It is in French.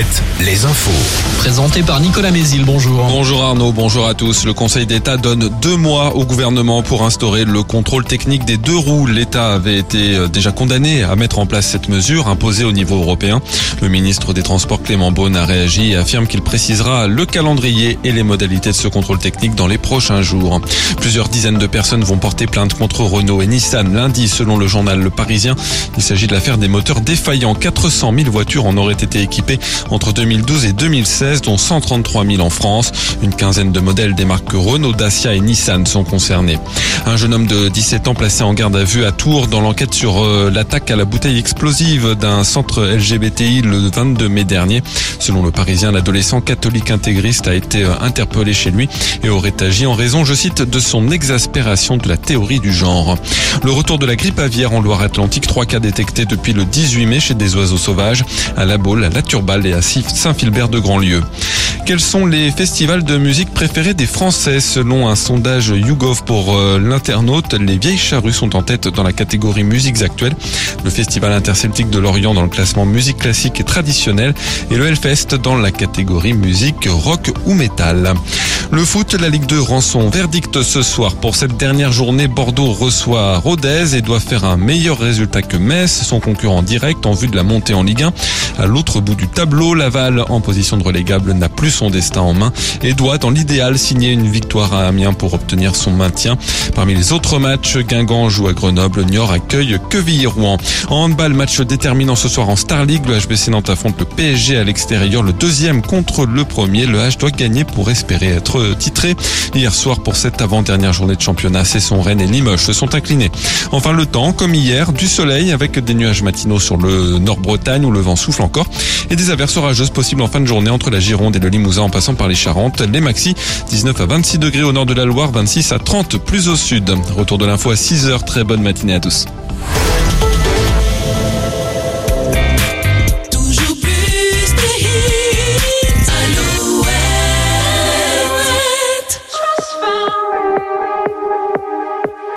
7, les infos. Présenté par Nicolas Mézil, bonjour. Bonjour Arnaud, bonjour à tous. Le Conseil d'État donne 2 mois au gouvernement pour instaurer le contrôle technique des 2 roues. L'État avait été déjà condamné à mettre en place cette mesure imposée au niveau européen. Le ministre des Transports Clément Beaune a réagi et affirme qu'il précisera le calendrier et les modalités de ce contrôle technique dans les prochains jours. Plusieurs dizaines de personnes vont porter plainte contre Renault et Nissan lundi, selon le journal Le Parisien. Il s'agit de l'affaire des moteurs défaillants. 400 000 voitures en auraient été équipées entre 2012 et 2016, dont 133 000 en France. Une quinzaine de modèles des marques Renault, Dacia et Nissan sont concernés. Un jeune homme de 17 ans placé en garde à vue à Tours dans l'enquête sur l'attaque à la bouteille explosive d'un centre LGBTI le 22 mai dernier. Selon Le Parisien, l'adolescent catholique intégriste a été interpellé chez lui et aurait agi en raison, je cite, de son exaspération de la théorie du genre. Le retour de la grippe aviaire en Loire-Atlantique, 3 cas détectés depuis le 18 mai chez des oiseaux sauvages, à La Baule, à La Turballe et à Saint-Philbert de Grandlieu. Quels sont les festivals de musique préférés des Français? Selon un sondage YouGov pour l'internaute, les Vieilles Charrues sont en tête dans la catégorie musiques actuelles. Le Festival interceltique de Lorient dans le classement musique classique et traditionnelle et le Hellfest dans la catégorie musique rock ou métal. Le foot, la Ligue 2 rend son verdict ce soir. Pour cette dernière journée, Bordeaux reçoit Rodez et doit faire un meilleur résultat que Metz, son concurrent direct en vue de la montée en Ligue 1. À l'autre bout du tableau, Laval, en position de relégable, n'a plus son destin en main et doit, dans l'idéal, signer une victoire à Amiens pour obtenir son maintien. Parmi les autres matchs, Guingamp joue à Grenoble, Niort accueille Quevilly-Rouen. En handball, match déterminant ce soir en Star League. Le HBC Nantes affronte le PSG à l'extérieur, le deuxième contre le premier. Le H doit gagner pour espérer être titré. Hier soir, pour cette avant-dernière journée de championnat, Cesson, Rennes et Limoges se sont inclinés. Enfin, le temps, comme hier, du soleil avec des nuages matinaux sur le Nord-Bretagne où le vent souffle encore et des averses orageuses possibles en fin de journée entre la Gironde et le Limousin en passant par les Charentes. Les maxi, 19 à 26 degrés au nord de la Loire, 26 à 30 plus au sud. Retour de l'info à 6h. Très bonne matinée à tous.